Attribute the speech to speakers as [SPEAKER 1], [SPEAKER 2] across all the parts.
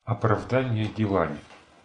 [SPEAKER 1] Оправдание делами.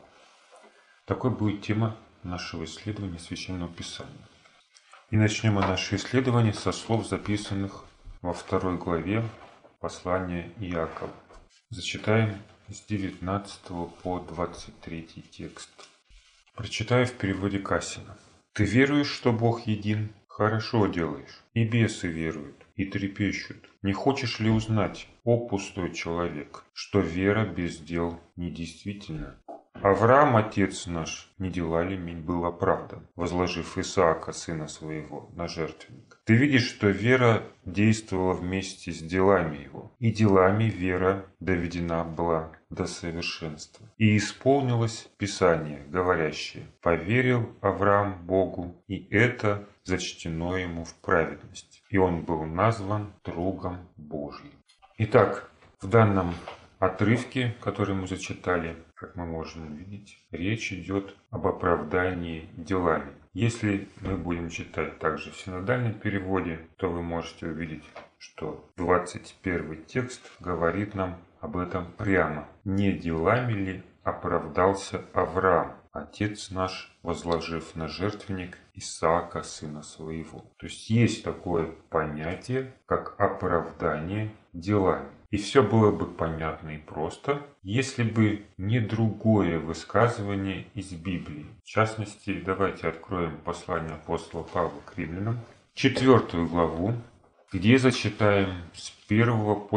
[SPEAKER 1] Такой будет тема нашего исследования Священного Писания. И начнем мы наше исследование со слов, записанных во 2 главе послания Иакова. Зачитаем с 19 по 23 текст. Прочитаю в переводе Кассина. «Ты веруешь, что Бог един? Хорошо делаешь. И бесы веруют, и трепещут. Не хочешь ли узнать, о пустой человек, что вера без дел недействительна? Авраам, отец наш, не делами был оправдан, возложив Исаака, сына своего, на жертвенник. Ты видишь, что вера действовала вместе с делами его, и делами вера доведена была до совершенства. И исполнилось Писание, говорящее: поверил Авраам Богу, и это зачтено ему в праведность, и он был назван другом Божьим». Итак, в данном отрывке, который мы зачитали, как мы можем увидеть, речь идет об оправдании делами. Если мы будем читать также в синодальном переводе, то вы можете увидеть, что 21 текст говорит нам об этом прямо. «Не делами ли оправдался Авраам, отец наш, возложив на жертвенник Исаака, сына своего?» То есть такое понятие, как оправдание делами. И все было бы понятно и просто, если бы не другое высказывание из Библии. В частности, давайте откроем послание апостола Павла к римлянам, 4 главу, где зачитаем с 1 по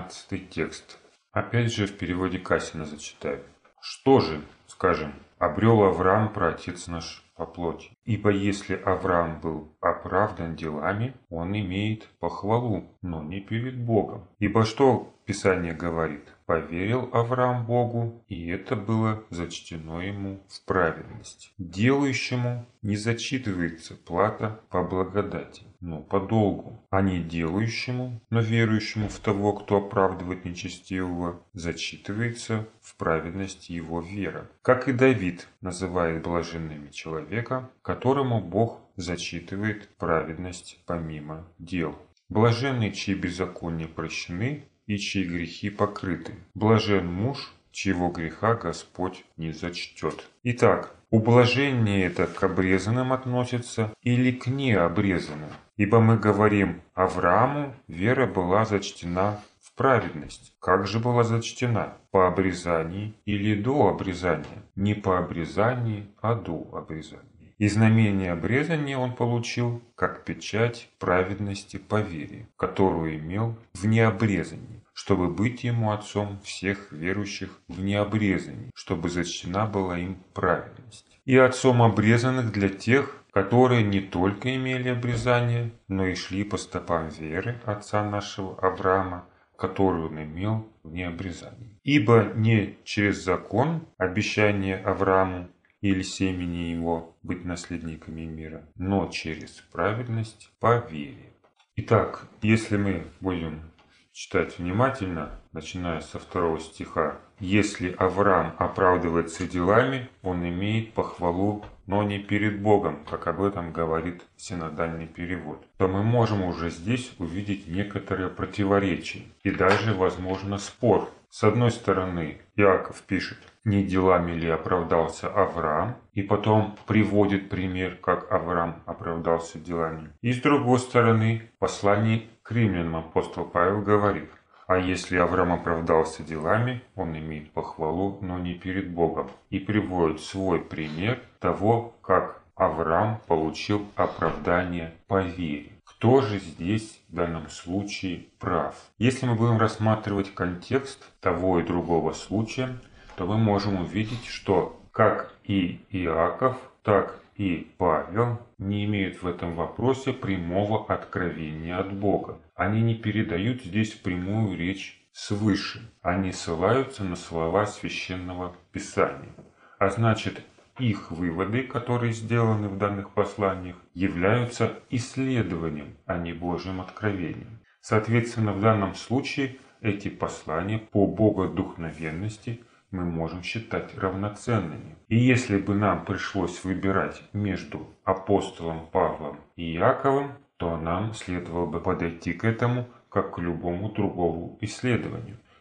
[SPEAKER 1] 13 текст. Опять же в переводе Кассина зачитаю. «Что же, скажем, обрел Авраам, праотец наш, по плоти? Ибо если Авраам был оправдан делами, он имеет похвалу, но не перед Богом. Ибо что Писание говорит? Поверил Авраам Богу, и это было зачтено ему в праведность. Делающему не зачитывается плата по благодати, но по долгу, а не делающему, но верующему в того, кто оправдывает нечестивого, зачитывается в праведность его вера. Как и Давид называет блаженными человека, которому Бог зачитывает праведность помимо дел. Блаженны, чьи беззакония прощены и чьи грехи покрыты. Блажен муж, чьего греха Господь не зачтет». Итак, ублажение это к обрезанным относится или к необрезанным? Ибо мы говорим, Аврааму вера была зачтена в праведность. Как же была зачтена? По обрезании или до обрезания? Не по обрезании, а до обрезания. И знамение обрезания он получил как печать праведности по вере, которую имел в необрезании, чтобы быть ему отцом всех верующих в необрезании, чтобы зачтена была им праведность. И отцом обрезанных для тех, которые не только имели обрезание, но и шли по стопам веры отца нашего Авраама, которую он имел в необрезании. Ибо не через закон обещание Аврааму или семени его быть наследниками мира, но через праведность по вере. Итак, если мы будем читать внимательно, начиная со 2 стиха, «Если Авраам оправдывается делами, он имеет похвалу, но не перед Богом», как об этом говорит синодальный перевод, то мы можем уже здесь увидеть некоторые противоречия и даже, возможно, спор. С одной стороны, Иаков пишет: «Не делами ли оправдался Авраам?» И потом приводит пример, как Авраам оправдался делами. И с другой стороны, в послании к римлянам апостол Павел говорит: «А если Авраам оправдался делами, он имеет похвалу, но не перед Богом». И приводит свой пример того, как Авраам получил оправдание по вере. Кто же здесь в данном случае прав? Если мы будем рассматривать контекст того и другого случая, то мы можем увидеть, что как и Иаков, так и Павел не имеют в этом вопросе прямого откровения от Бога. Они не передают здесь прямую речь свыше. Они ссылаются на слова Священного Писания. А значит, их выводы, которые сделаны в данных посланиях, являются исследованием, а не Божьим откровением. Соответственно, в данном случае эти послания по богодухновенности мы можем считать равноценными. И если бы нам пришлось выбирать между апостолом Павлом и Иаковом, то нам следовало бы подойти к этому как к любому другому исследованию.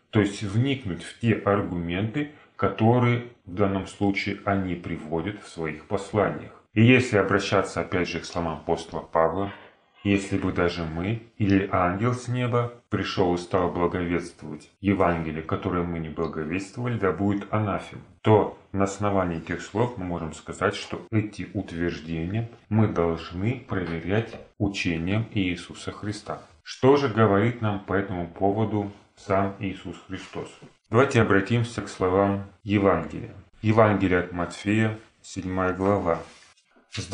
[SPEAKER 1] То есть вникнуть в те аргументы, которые в данном случае они приводят в своих посланиях. И если обращаться опять же к словам апостола Павла, если бы даже мы или ангел с неба пришел и стал благовествовать Евангелие, которое мы не благовествовали, да будет анафем, то на основании этих слов мы можем сказать, что эти утверждения мы должны проверять учением Иисуса Христа. Что же говорит нам по этому поводу сам Иисус Христос? Давайте обратимся к словам Евангелия. Евангелие от Матфея, 7 глава. С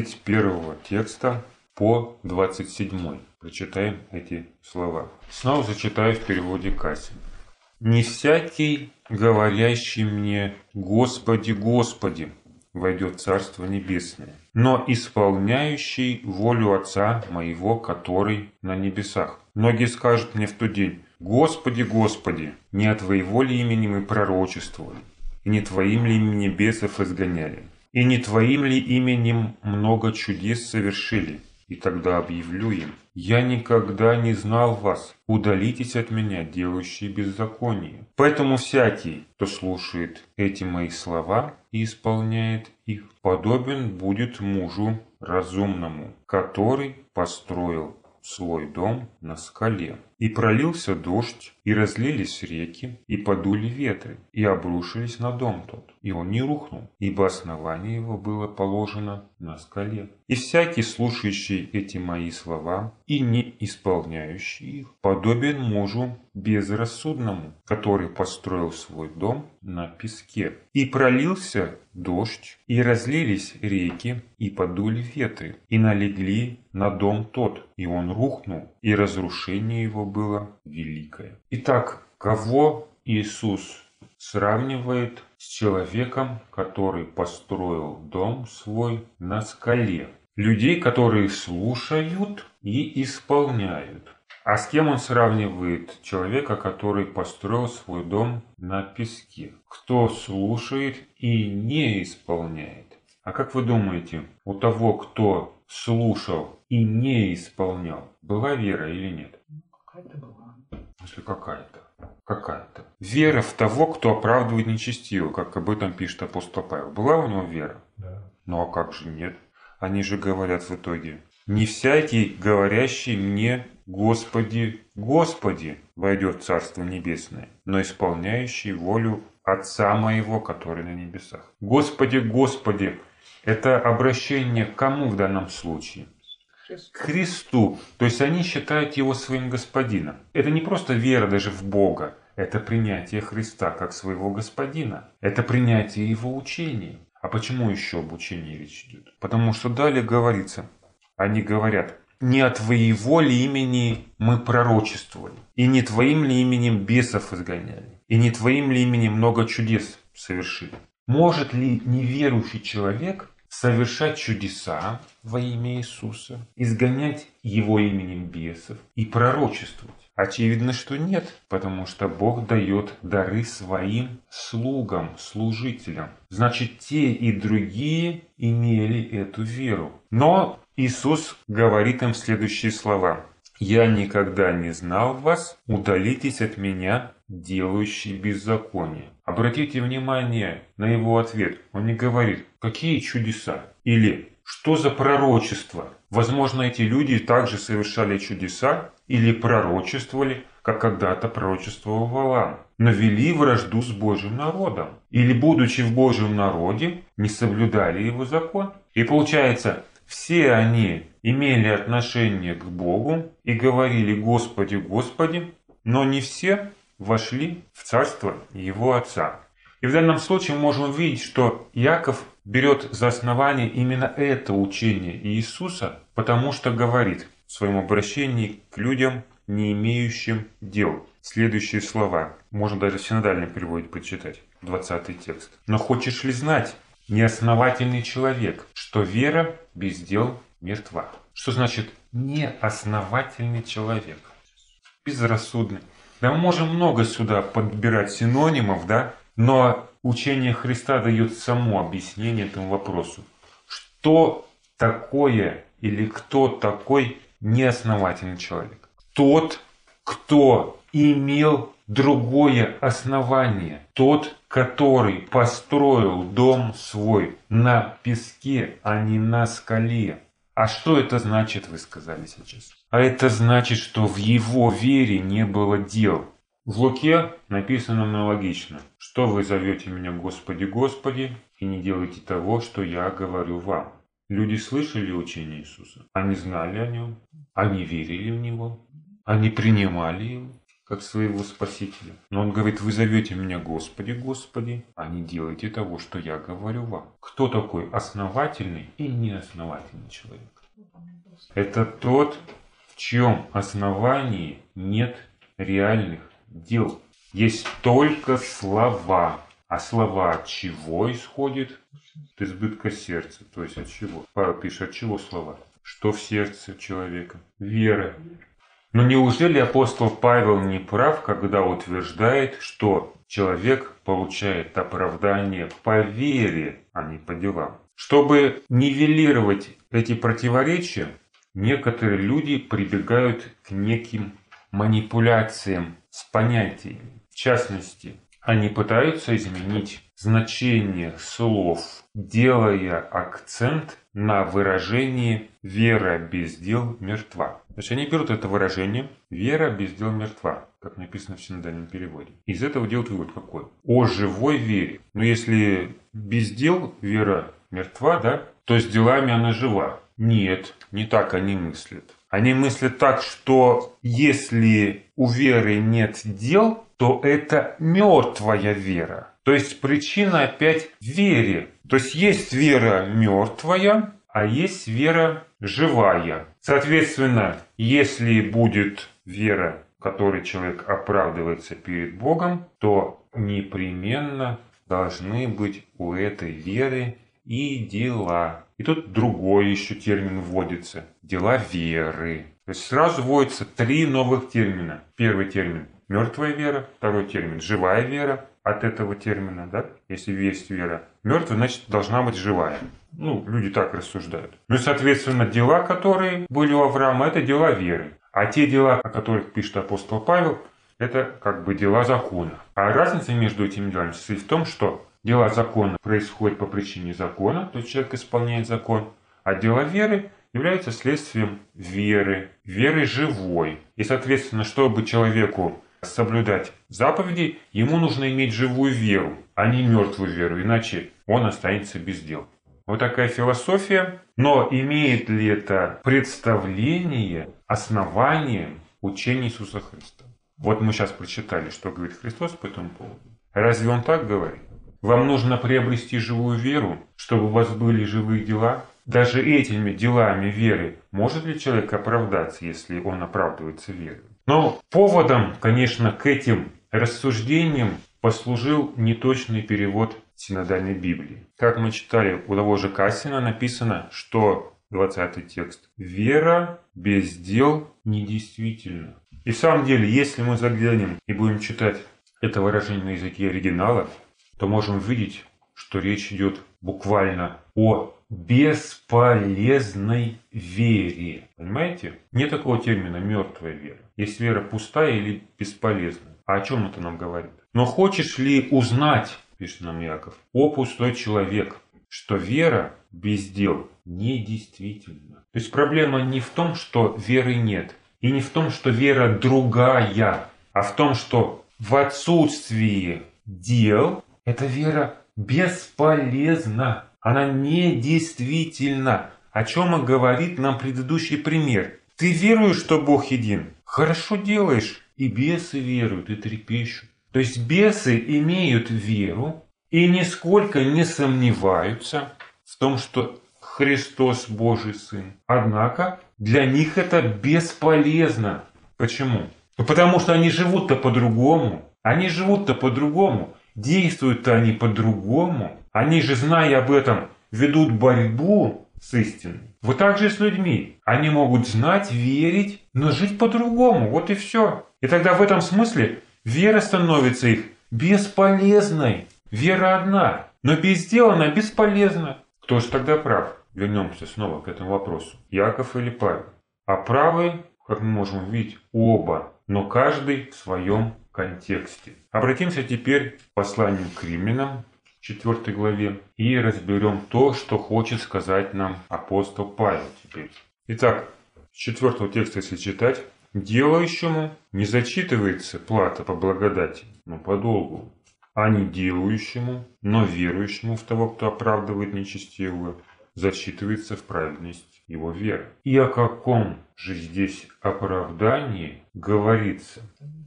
[SPEAKER 1] 21 текста по 27. Прочитаем эти слова. Снова зачитаю в переводе Касин. «Не всякий, говорящий мне, Господи, Господи, войдет в Царство Небесное, но исполняющий волю Отца моего, который на небесах. Многие скажут мне в тот день: Господи, Господи, не от Твоего ли имени мы пророчествовали, и не Твоим ли именем бесов изгоняли, и не Твоим ли именем много чудес совершили? И тогда объявлю им: я никогда не знал вас, удалитесь от меня, делающие беззаконие. Поэтому всякий, кто слушает эти мои слова и исполняет их, подобен будет мужу разумному, который построил свой дом на скале. И пролился дождь, и разлились реки, и подули ветры, и обрушились на дом тот. И он не рухнул, ибо основание его было положено на скале. И всякий, слушающий эти мои слова и не исполняющий их, подобен мужу безрассудному, который построил свой дом на песке. И пролился дождь, и разлились реки, и подули ветры, и налегли на дом тот, и он рухнул, и разрушение его было великое». Итак, кого Иисус сравнивает с человеком, который построил дом свой на скале? Людей, которые слушают и исполняют. А с кем он сравнивает человека, который построил свой дом на песке? Кто слушает и не исполняет? А как вы думаете, у того, кто слушал и не исполнял, была вера или нет?
[SPEAKER 2] Какая-то была.
[SPEAKER 1] Если какая-то. Какая-то. Вера в того, кто оправдывает нечестиво, как об этом пишет апостол Павел. Была у него вера?
[SPEAKER 2] Да.
[SPEAKER 1] Ну а как же нет? Они же говорят в итоге: не всякий, говорящий мне Господи, Господи, войдет в Царство Небесное, но исполняющий волю Отца моего, который на небесах. Господи, Господи, это обращение к кому в данном случае? К Христу. То есть они считают Его своим Господином. Это не просто вера даже в Бога. Это принятие Христа как своего Господина. Это принятие Его учения. А почему еще об учении речь идет? Потому что далее говорится, они говорят: не от Твоего ли имени мы пророчествовали, и не Твоим ли именем бесов изгоняли, и не Твоим ли именем много чудес совершили. Может ли неверующий человек совершать чудеса во имя Иисуса, изгонять Его именем бесов и пророчествовать? Очевидно, что нет, потому что Бог дает дары своим слугам, служителям. Значит, те и другие имели эту веру. Но Иисус говорит им следующие слова: «Я никогда не знал вас, удалитесь от меня, делающие беззаконие». Обратите внимание на его ответ. Он не говорит: какие чудеса или что за пророчество. Возможно, эти люди также совершали чудеса или пророчествовали, как когда-то пророчествовал Валаам, но вели вражду с Божьим народом. Или, будучи в Божьем народе, не соблюдали его закон. И получается, все они имели отношение к Богу и говорили: Господи, Господи, но не все вошли в царство Его Отца. И в данном случае мы можем увидеть, что Иаков берет за основание именно это учение Иисуса, потому что говорит в своем обращении к людям, не имеющим дел. Следующие слова. Можно даже в синодальном переводе прочитать. 20 текст. «Но хочешь ли знать, неосновательный человек, что вера без дел мертва?» Что значит неосновательный человек? Безрассудный. Да мы можем много сюда подбирать синонимов, да? Но учение Христа дает само объяснение этому вопросу. Что такое или кто такой неосновательный человек? Тот, кто имел другое основание. Тот, который построил дом свой на песке, а не на скале. А что это значит, вы сказали сейчас? А это значит, что в его вере не было дел. В Луке написано аналогично. Что вы зовете меня Господи, Господи, и не делаете того, что я говорю вам. Люди слышали учение Иисуса? Они знали о нем? Они верили в него? Они принимали его как своего Спасителя? Но он говорит, вы зовете меня Господи, Господи, а не делаете того, что я говорю вам. Кто такой основательный и неосновательный человек? Это тот, в чьем основании нет реальных дел. Есть только слова. А слова от чего исходят? От избытка сердца. То есть от чего? Павел пишет, от чего слова? Что в сердце человека? Вера. Но неужели апостол Павел не прав, когда утверждает, что человек получает оправдание по вере, а не по делам? Чтобы нивелировать эти противоречия, некоторые люди прибегают к неким манипуляциям с понятиями. В частности, они пытаются изменить значение слов, делая акцент на выражении «вера без дел мертва». То есть они берут это выражение «вера без дел мертва», как написано в синодальном переводе. Из этого делают вывод какой? О живой вере. Но если без дел вера мертва, да, то с делами она жива. Нет, не так они мыслят. Они мыслят так, что если у веры нет дел, то это мертвая вера. То есть причина опять в вере. То есть вера мертвая, а есть вера живая. Соответственно, если будет вера, которой человек оправдывается перед Богом, то непременно должны быть у этой веры и дела. И тут другой еще термин вводится. Дела веры. То есть сразу вводятся 3 новых термина. Первый термин – мертвая вера. Второй термин – живая вера. От этого термина, да, если есть вера мертвая, значит должна быть живая. Люди так рассуждают. Ну и, соответственно, дела, которые были у Авраама, это дела веры. А те дела, о которых пишет апостол Павел, это как бы дела закона. А разница между этими делами состоит в том, что дела закона происходят по причине закона, то есть человек исполняет закон, а дела веры являются следствием веры, веры живой. И, соответственно, чтобы человеку соблюдать заповеди, ему нужно иметь живую веру, а не мертвую веру, иначе он останется без дел. Вот такая философия. Но имеет ли это представление основанием учения Иисуса Христа? Вот мы сейчас прочитали, что говорит Христос по этому поводу. Разве Он так говорит? Вам нужно приобрести живую веру, чтобы у вас были живые дела? Даже этими делами веры может ли человек оправдаться, если он оправдывается верой? Но поводом, конечно, к этим рассуждениям послужил неточный перевод синодальной Библии. Как мы читали, у того же Кассина написано, что 20 текст «Вера без дел недействительна». И в самом деле, если мы заглянем и будем читать это выражение на языке оригинала, то можем видеть, что речь идет буквально о бесполезной вере. Понимаете? Нет такого термина «мертвая вера». Есть вера пустая или бесполезная. А о чем это нам говорит? Но хочешь ли узнать, пишет нам Иаков, о пустой человек, что вера без дел недействительна. То есть проблема не в том, что веры нет, и не в том, что вера другая, а в том, что в отсутствии дел эта вера бесполезна. Она недействительна. О чем и говорит нам предыдущий пример. Ты веруешь, что Бог един? Хорошо делаешь. И бесы веруют, и трепещут. То есть бесы имеют веру и нисколько не сомневаются в том, что Христос Божий Сын. Однако для них это бесполезно. Почему? Потому что они живут-то по-другому. Действуют-то они по-другому. Они же, зная об этом, ведут борьбу с истиной. Вот так же и с людьми. Они могут знать, верить, но жить по-другому. Вот и все. И тогда в этом смысле вера становится их бесполезной. Вера одна, но без дела она бесполезна. Кто же тогда прав? Вернемся снова к этому вопросу. Иаков или Павел? А правы, как мы можем видеть, оба, но каждый в своем контексте. Обратимся теперь к посланию к римлянам, 4 главе, и разберем то, что хочет сказать нам апостол Павел теперь. Итак, с 4 текста, если читать, делающему не зачитывается плата по благодати, но по долгу, а не делающему, но верующему в того, кто оправдывает нечестивого, зачитывается в праведность его веры. И о каком же здесь оправдании говорится?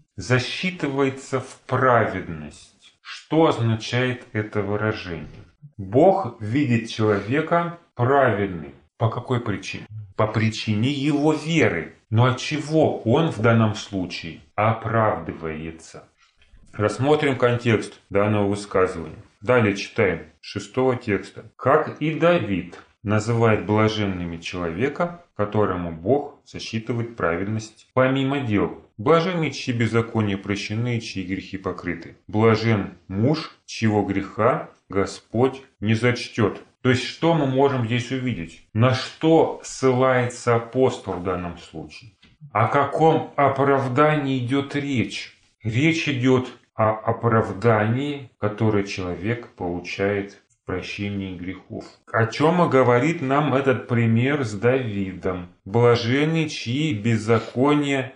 [SPEAKER 1] Засчитывается в праведность. Что означает это выражение? Бог видит человека праведным. По какой причине? По причине его веры. Но от чего он в данном случае оправдывается? Рассмотрим контекст данного высказывания. Далее читаем 6 текста. «Как и Давид называет блаженными человека, которому Бог засчитывает праведность помимо дел. Блаженны, чьи беззакония прощены, чьи грехи покрыты. Блажен муж, чьего греха Господь не зачтет». То есть, что мы можем здесь увидеть? На что ссылается апостол в данном случае? О каком оправдании идет речь? Речь идет о оправдании, которое человек получает в прощении грехов. О чем и говорит нам этот пример с Давидом. Блаженны, чьи беззакония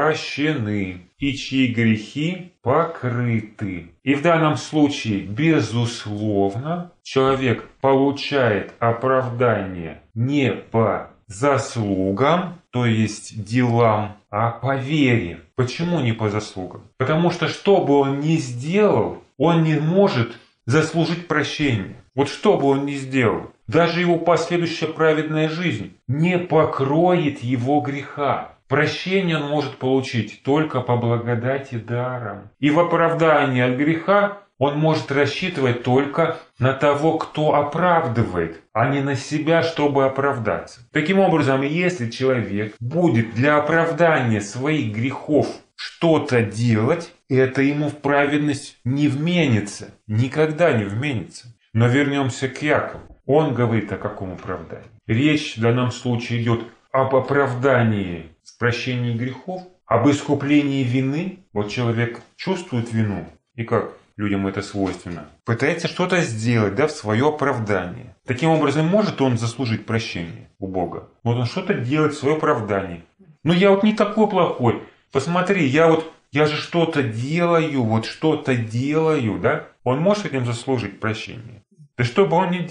[SPEAKER 1] прощены и чьи грехи покрыты. И в данном случае, безусловно, человек получает оправдание не по заслугам, то есть делам, а по вере. Почему не по заслугам? Потому что бы он ни сделал, он не может заслужить прощение. Вот что бы он ни сделал, даже его последующая праведная жизнь не покроет его греха. Прощение он может получить только по благодати даром. И в оправдании от греха он может рассчитывать только на того, кто оправдывает, а не на себя, чтобы оправдаться. Таким образом, если человек будет для оправдания своих грехов что-то делать, это ему в праведность не вменится. Никогда не вменится. Но вернемся к Якову. Он говорит о каком оправдании? Речь в данном случае идет об оправдании в прощении грехов, об искуплении вины. Вот человек чувствует вину, и как людям это свойственно, пытается что-то сделать, в свое оправдание. Таким образом, может он заслужить прощение у Бога? Вот он что-то делает в свое оправдание. Но я вот не такой плохой. Посмотри, я же что-то делаю, да? Он может этим заслужить прощение? Да что бы он ни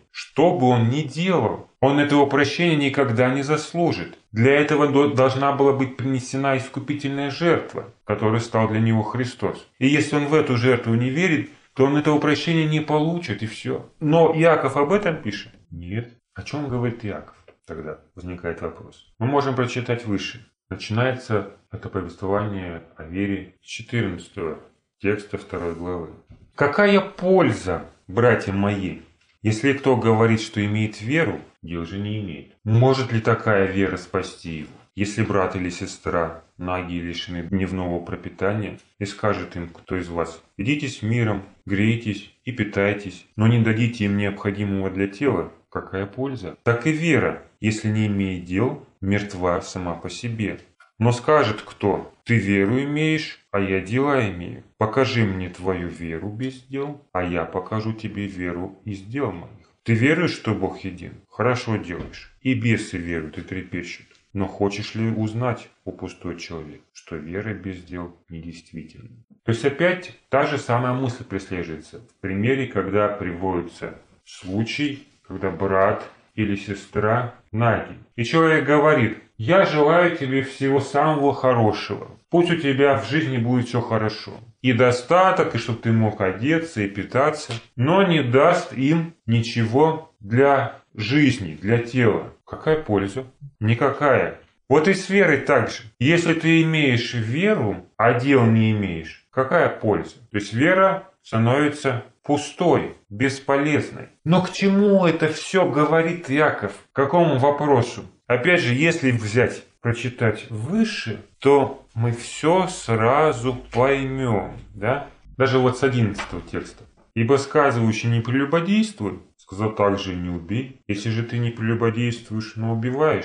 [SPEAKER 1] делал, он этого прощения никогда не заслужит. Для этого должна была быть принесена искупительная жертва, которой стал для него Христос. И если он в эту жертву не верит, то он этого прощения не получит, и все. Но Иаков об этом пишет? Нет. О чем говорит Иаков? Тогда возникает вопрос. Мы можем прочитать выше. Начинается это повествование о вере с 14 текста 2 главы. «Какая польза, братья мои, если кто говорит, что имеет веру, дел же не имеет? Может ли такая вера спасти его? Если брат или сестра наги и лишены дневного пропитания, и скажет им кто из вас: идите с миром, грейтесь и питайтесь, но не дадите им необходимого для тела, какая польза? Так и вера, если не имеет дел, мертва сама по себе. Но скажет кто: ты веру имеешь, а я дела имею. Покажи мне твою веру без дел, а я покажу тебе веру из дел моих. Ты веруешь, что Бог един? Хорошо делаешь. И бесы веруют и трепещут. Но хочешь ли узнать, о пустой человек, что вера без дел недействительна?» То есть опять та же самая мысль преследуется в примере, когда приводится случай, когда брат или сестра наги. И человек говорит: я желаю тебе всего самого хорошего. Пусть у тебя в жизни будет все хорошо. И достаток, и чтобы ты мог одеться и питаться. Но не даст им ничего для жизни, для тела. Какая польза? Никакая. Вот и с верой так же. Если ты имеешь веру, а дел не имеешь, какая польза? То есть вера становится пустой, бесполезной. Но к чему это все говорит Иаков? К какому вопросу? Опять же, если взять, прочитать выше, то мы все сразу поймем. Да? Даже вот с 11 текста. «Ибо сказывающий не прелюбодействуй, сказал также и не убей. Если же ты не прелюбодействуешь, но убиваешь,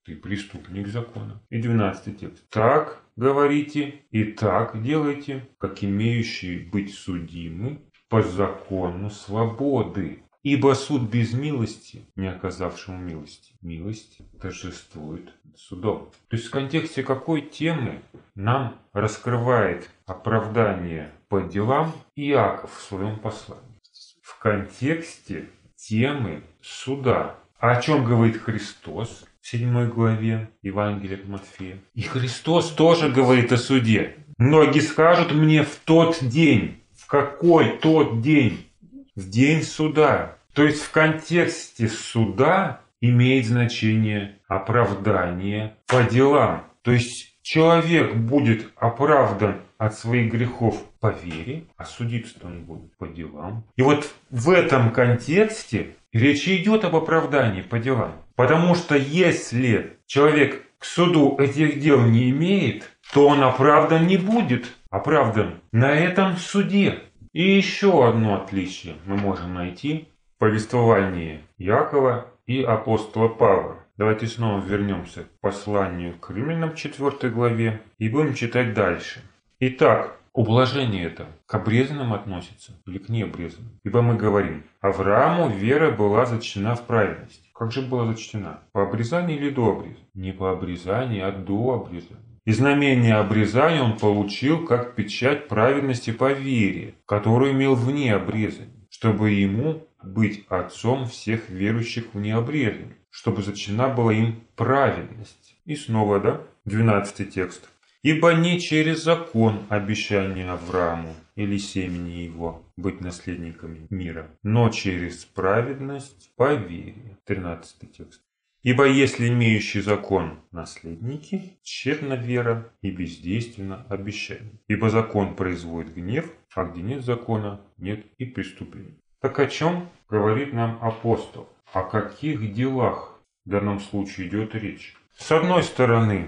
[SPEAKER 1] ты преступник закона. И 12 текст. Так говорите и так делайте, как имеющие быть судимы по закону свободы. Ибо суд без милости, не оказавшему милости, милость торжествует над судом. То есть в контексте какой темы нам раскрывает оправдание по делам Иаков в своем послании? В контексте темы суда. А о чем говорит Христос в 7 главе Евангелия от Матфея? И Христос тоже говорит о суде. Многие скажут мне в тот день. В какой тот день? В день суда. То есть в контексте суда имеет значение оправдание по делам. То есть человек будет оправдан от своих грехов по вере, а судиться он будет по делам. И вот в этом контексте речь идет об оправдании по делам. Потому что если человек к суду этих дел не имеет, то он оправдан не будет. Оправдан на этом суде. И еще одно отличие мы можем найти в повествовании Иакова и апостола Павла. Давайте снова вернемся к посланию к Римлянам 4 главе и будем читать дальше. Итак, ублажение это к обрезанным относится или к необрезанным? Ибо мы говорим, Аврааму вера была зачтена в праведность. Как же была зачтена? По обрезанию или до обрезания? Не по обрезанию, а до обрезания. И знамение обрезания он получил как печать праведности по вере, которую имел вне обрезания, чтобы ему быть отцом всех верующих в необрезании, чтобы зачтена была им праведность. И снова, 12 текст. Ибо не через закон обещание Аврааму или семени его быть наследниками мира, но через праведность по вере. 13 текст. Ибо если имеющий закон наследники, тщетна вера и бездейственно обещание. Ибо закон производит гнев, а где нет закона, нет и преступления. Так о чем говорит нам апостол? О каких делах в данном случае идет речь? С одной стороны,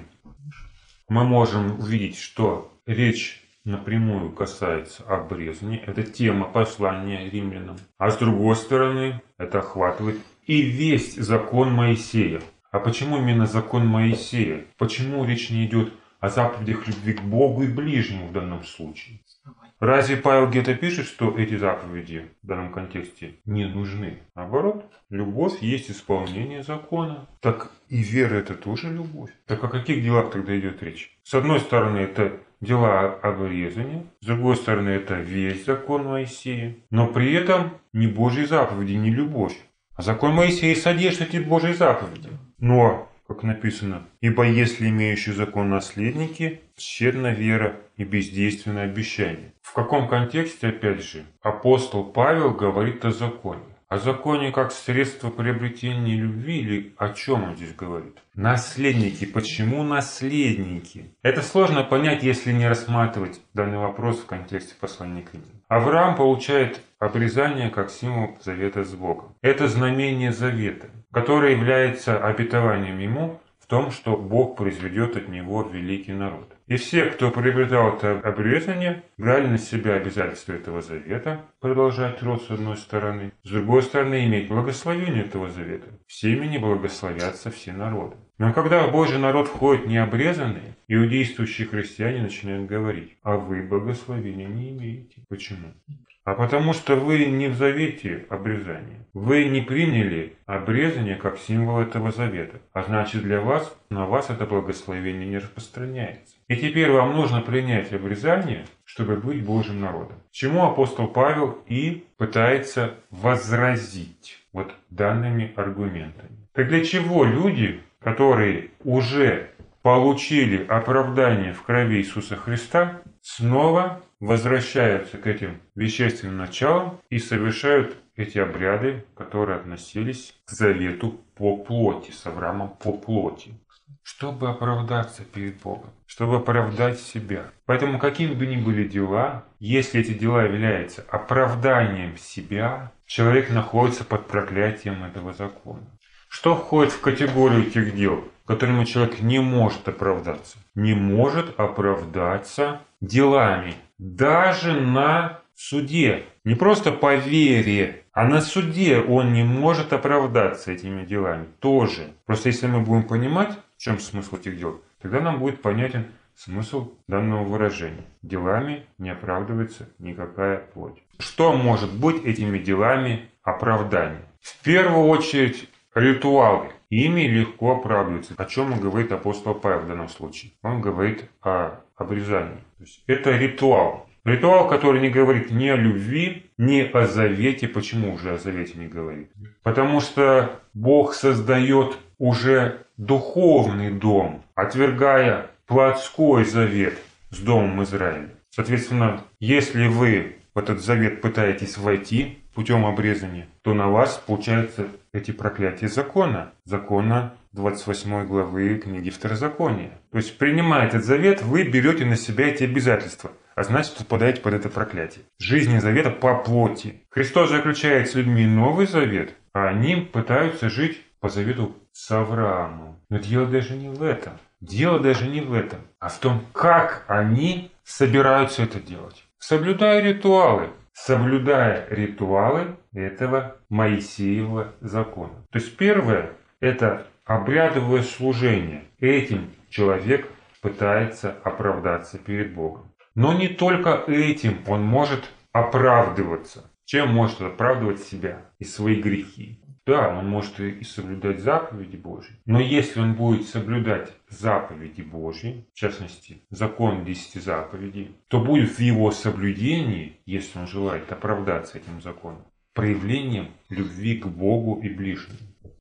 [SPEAKER 1] мы можем увидеть, что речь напрямую касается обрезания. Это тема послания римлянам. А с другой стороны, это охватывает и весь закон Моисея. А почему именно закон Моисея? Почему речь не идет о заповедях любви к Богу и ближнему в данном случае? Разве Павел где-то пишет, что эти заповеди в данном контексте не нужны? Наоборот, любовь есть исполнение закона. Так и вера это тоже любовь. Так о каких делах тогда идет речь? С одной стороны, это дела обрезания, с другой стороны, это весь закон Моисея. Но при этом не Божьи заповеди, не любовь. А закон Моисея содержит эти Божьи заповеди. Но, как написано, ибо если имеющий закон наследники, тщетна вера и бездейственное обещание. В каком контексте, опять же, апостол Павел говорит о законе? О законе как средство приобретения любви или о чем он здесь говорит? Наследники. Почему наследники? Это сложно понять, если не рассматривать данный вопрос в контексте послания к Римлянам. Авраам получает обрезание как символ завета с Богом. Это знамение завета, которое является обетованием ему в том, что Бог произведет от него великий народ. И все, кто приобретал это обрезание, брали на себя обязательства этого завета, продолжать род с одной стороны, с другой стороны иметь благословение этого завета. В семени благословятся все народы. Но когда в Божий народ входят необрезанные, иудействующие христиане начинают говорить, а вы благословения не имеете. Почему? А потому что вы не в завете обрезания. Вы не приняли обрезание как символ этого завета. А значит, для вас, на вас это благословение не распространяется. И теперь вам нужно принять обрезание, чтобы быть Божьим народом. Чему апостол Павел и пытается возразить вот данными аргументами. Так для чего люди, которые уже получили оправдание в крови Иисуса Христа, снова возвращаются к этим вещественным началам и совершают эти обряды, которые относились к завету по плоти, с Авраамом по плоти, чтобы оправдаться перед Богом, чтобы оправдать себя. Поэтому какими бы ни были дела, если эти дела являются оправданием себя, человек находится под проклятием этого закона. Что входит в категорию тех дел, которыми человек не может оправдаться? Не может оправдаться делами, даже на в суде. Не просто по вере, а на суде он не может оправдаться этими делами тоже. Просто если мы будем понимать, в чем смысл этих дел, тогда нам будет понятен смысл данного выражения. Делами не оправдывается никакая плоть. Что может быть этими делами оправдания? В первую очередь ритуалы. Ими легко оправдываются. О чем говорит апостол Павел в данном случае? Он говорит о обрезании. То есть это ритуал. Ритуал, который не говорит ни о любви, ни о завете. Почему уже о завете не говорит? Потому что Бог создает уже духовный дом, отвергая плотской завет с домом Израиля. Соответственно, если вы в этот завет пытаетесь войти путем обрезания, то на вас, получается, эти проклятия закона 28 главы книги Второзакония. То есть, принимая этот завет, вы берете на себя эти обязательства, а значит, попадаете под это проклятие. Жизнь завета по плоти. Христос заключает с людьми новый завет, а они пытаются жить по завету с Авраамом. Но дело даже не в этом. Дело даже не в этом, а в том, как они собираются это делать. Соблюдая ритуалы этого Моисеева закона. То есть первое – это обрядовое служение. Этим человек пытается оправдаться перед Богом. Но не только этим он может оправдываться. Чем может оправдывать себя и свои грехи? Да, он может и соблюдать заповеди Божьи, но если он будет соблюдать заповеди Божьи, в частности, закон 10 заповедей, то будет в его соблюдении, если он желает оправдаться этим законом, проявлением любви к Богу и ближнему.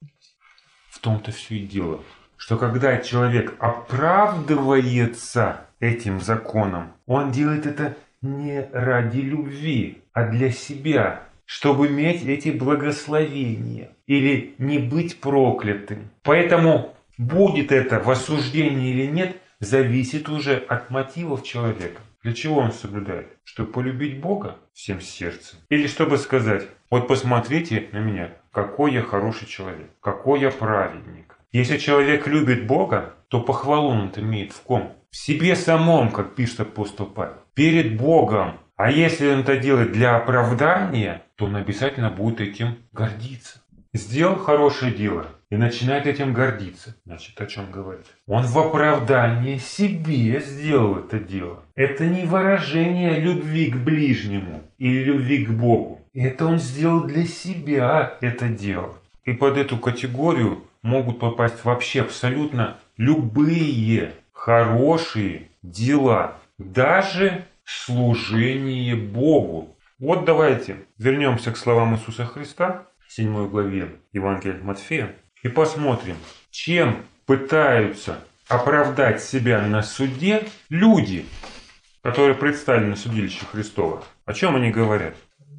[SPEAKER 1] В том-то все и дело, что когда человек оправдывается этим законом, он делает это не ради любви, а для себя, чтобы иметь эти благословения или не быть проклятым. Поэтому будет это в осуждении или нет, зависит уже от мотивов человека. Для чего он соблюдает? Чтобы полюбить Бога всем сердцем? Или чтобы сказать, вот посмотрите на меня, какой я хороший человек, какой я праведник. Если человек любит Бога, то похвалу он имеет в ком? В себе самом, как пишет апостол Павел, перед Богом. А если он это делает для оправдания, то он обязательно будет этим гордиться. Сделал хорошее дело и начинает этим гордиться. Значит, о чем говорит? Он в оправдание себе сделал это дело. Это не выражение любви к ближнему или любви к Богу. Это он сделал для себя это дело. И под эту категорию могут попасть вообще абсолютно любые хорошие дела. Даже служение Богу. Вот давайте вернемся к словам Иисуса Христа, 7 главе Евангелия от Матфея, и посмотрим, чем пытаются оправдать себя на суде люди, которые представлены на судилище Христова. О чем они говорят?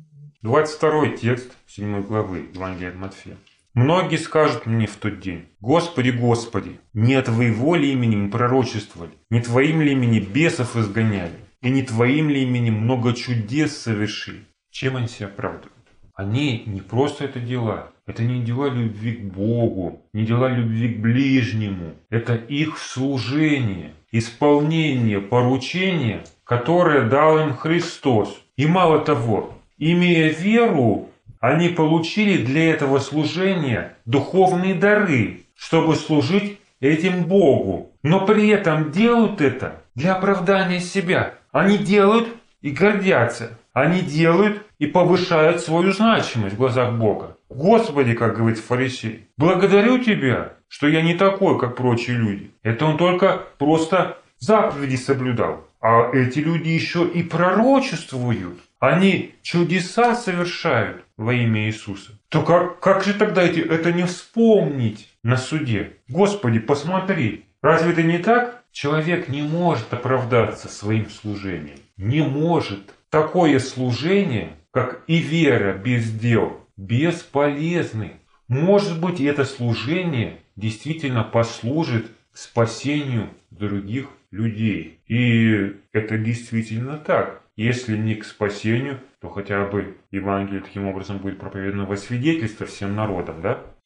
[SPEAKER 1] 22 текст 7 главы Евангелия от Матфея. «Многие скажут мне в тот день: Господи, Господи, не от Твоего ли имени пророчествовали, не Твоим ли имени бесов изгоняли, и не Твоим ли именем много чудес совершили?» Чем они себя оправдывают? Они не просто это дела. Это не дела любви к Богу, не дела любви к ближнему. Это их служение, исполнение поручения, которое дал им Христос. И мало того, имея веру, они получили для этого служения духовные дары, чтобы служить этим Богу. Но при этом делают это для оправдания себя. Они делают и гордятся. Они делают и повышают свою значимость в глазах Бога. Господи, как говорит фарисей, благодарю Тебя, что я не такой, как прочие люди. Это он только просто заповеди соблюдал. А эти люди еще и пророчествуют. Они чудеса совершают во имя Иисуса. То как же тогда это не вспомнить на суде? Господи, посмотри, разве это не так? Человек не может оправдаться своим служением. Не может. Такое служение, как и вера без дел, бесполезны. Может быть, это служение действительно послужит спасению других людей. И это действительно так. Если не к спасению, то хотя бы Евангелие таким образом будет проповедано во свидетельство всем народам, да?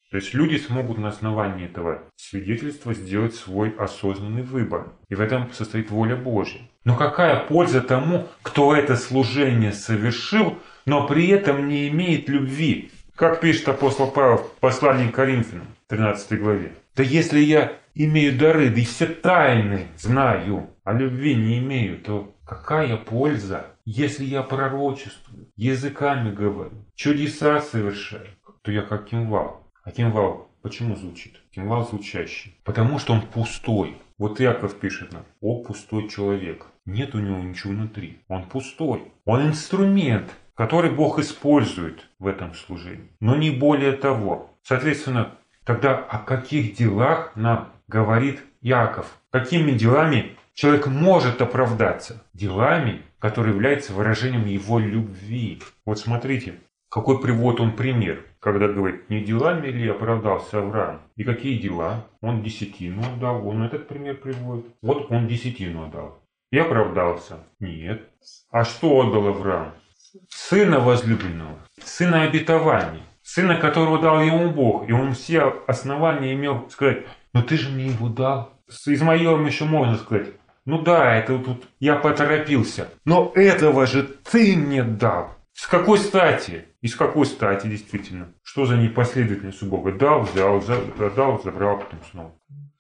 [SPEAKER 1] То есть люди смогут на основании этого свидетельства сделать свой осознанный выбор. И в этом состоит воля Божья. Но какая польза тому, кто это служение совершил, но при этом не имеет любви? Как пишет апостол Павел в послании к Коринфянам, 13 главе. Да если я имею дары, да и все тайны знаю, а любви не имею, то какая польза, если я пророчествую, языками говорю, чудеса совершаю, то я как кимвал. А кимвал почему звучит? Кимвал звучащий. Потому что он пустой. Вот Иаков пишет нам: о пустой человек. Нет у него ничего внутри. Он пустой. Он инструмент, который Бог использует в этом служении. Но не более того. Соответственно, тогда о каких делах нам говорит Иаков? Какими делами человек может оправдаться? Делами, которые являются выражением его любви. Вот смотрите, какой приводит он пример, когда говорит: не делами ли оправдался Авраам? И какие дела? Он десятину отдал. Он этот пример приводит. Вот он десятину отдал. И оправдался? Нет. А что отдал Авраам? Сына возлюбленного, сына обетования, сына, которого дал ему Бог. И он все основания имел сказать: но ты же мне его дал. С Измаилом еще можно сказать: ну да, это тут я поторопился. Но этого же ты мне дал. С какой стати? И с какой стати, действительно? Что за непоследовательность у Бога? Дал, взял, дал, забрал, потом снова.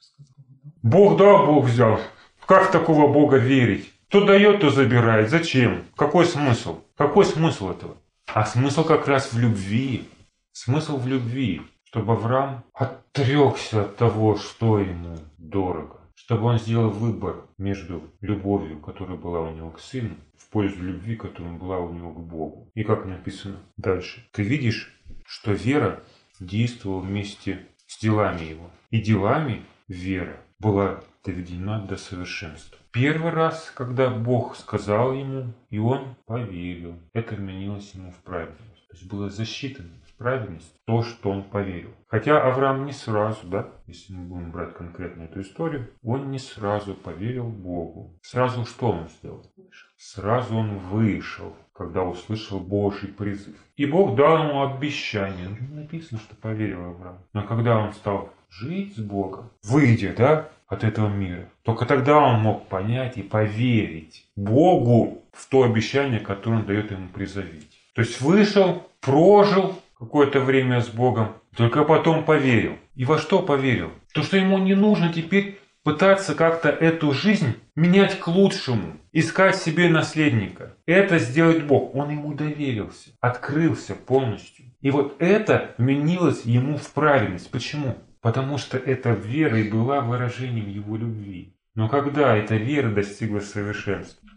[SPEAKER 1] Бог дал, Бог взял. Как в такого Бога верить? Кто дает, то забирает. Зачем? Какой смысл? Какой смысл этого? А смысл как раз в любви. Смысл в любви. Чтобы Авраам отрекся от того, что ему дорого. Чтобы он сделал выбор между любовью, которая была у него к сыну, в пользу любви, которая была у него к Богу. И как написано дальше. Ты видишь, что вера действовала вместе с делами его. И делами вера была доведена до совершенства. Первый раз, когда Бог сказал ему, и он поверил. Это вменилось ему в праведность. То есть было засчитано в праведность то, что он поверил. Хотя Авраам не сразу, да, если мы будем брать конкретно эту историю, он не сразу поверил Богу. Сразу что он сделал? Сразу он вышел, когда услышал Божий призыв. И Бог дал ему обещание. Написано, что поверил Авраам. Но когда он стал жить с Богом, выйдя, да, от этого мира, только тогда он мог понять и поверить Богу в то обещание, которое он дает ему при завете. То есть вышел, прожил какое-то время с Богом, только потом поверил. И во что поверил? То, что ему не нужно теперь пытаться как-то эту жизнь менять к лучшему, искать себе наследника. Это сделает Бог. Он ему доверился, открылся полностью. И вот это вменилось ему в праведность. Почему? Потому что эта вера и была выражением его любви. Но когда эта вера достигла совершенства?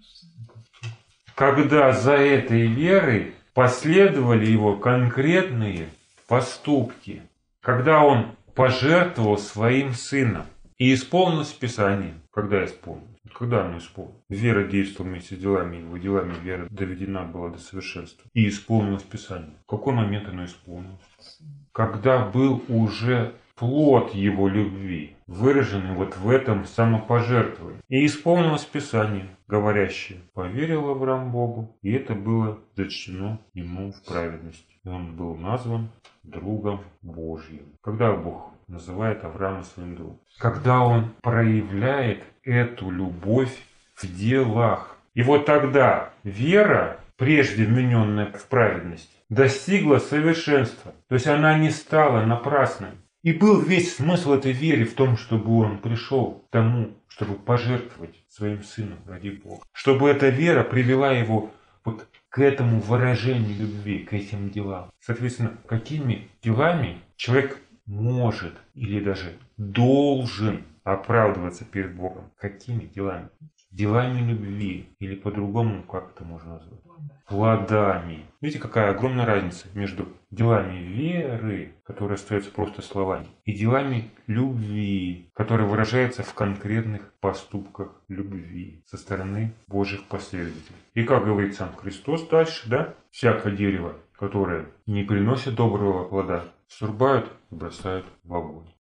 [SPEAKER 1] Когда за этой верой последовали его конкретные поступки. Когда он пожертвовал своим сыном. И исполнилось Писание. Когда исполнилось? Когда оно исполнилось? Вера действовала вместе с делами его. Делами вера доведена была до совершенства. И исполнилось Писание. В какой момент оно исполнилось? Когда был уже плод его любви, выраженный вот в этом самопожертвовании. И исполнилось Писание, говорящее: поверил Авраам Богу, и это было зачтено ему в праведности. И он был назван другом Божьим. Когда Бог называет Авраама своим другом? Когда он проявляет эту любовь в делах. И вот тогда вера, прежде вмененная в праведность, достигла совершенства. То есть она не стала напрасной. И был весь смысл этой веры в том, чтобы он пришел к тому, чтобы пожертвовать своим сыном ради Бога. Чтобы эта вера привела его вот к этому выражению любви, к этим делам. Соответственно, какими делами человек может или даже должен оправдываться перед Богом? Какими делами? Делами любви. Или по-другому, как это можно назвать? Плодами. Видите, какая огромная разница между делами веры, которые остаются просто словами, и делами любви, которые выражаются в конкретных поступках любви со стороны Божьих последователей. И как говорит сам Христос дальше, да, всякое дерево, которое не приносит доброго плода, срубают и бросают в огонь.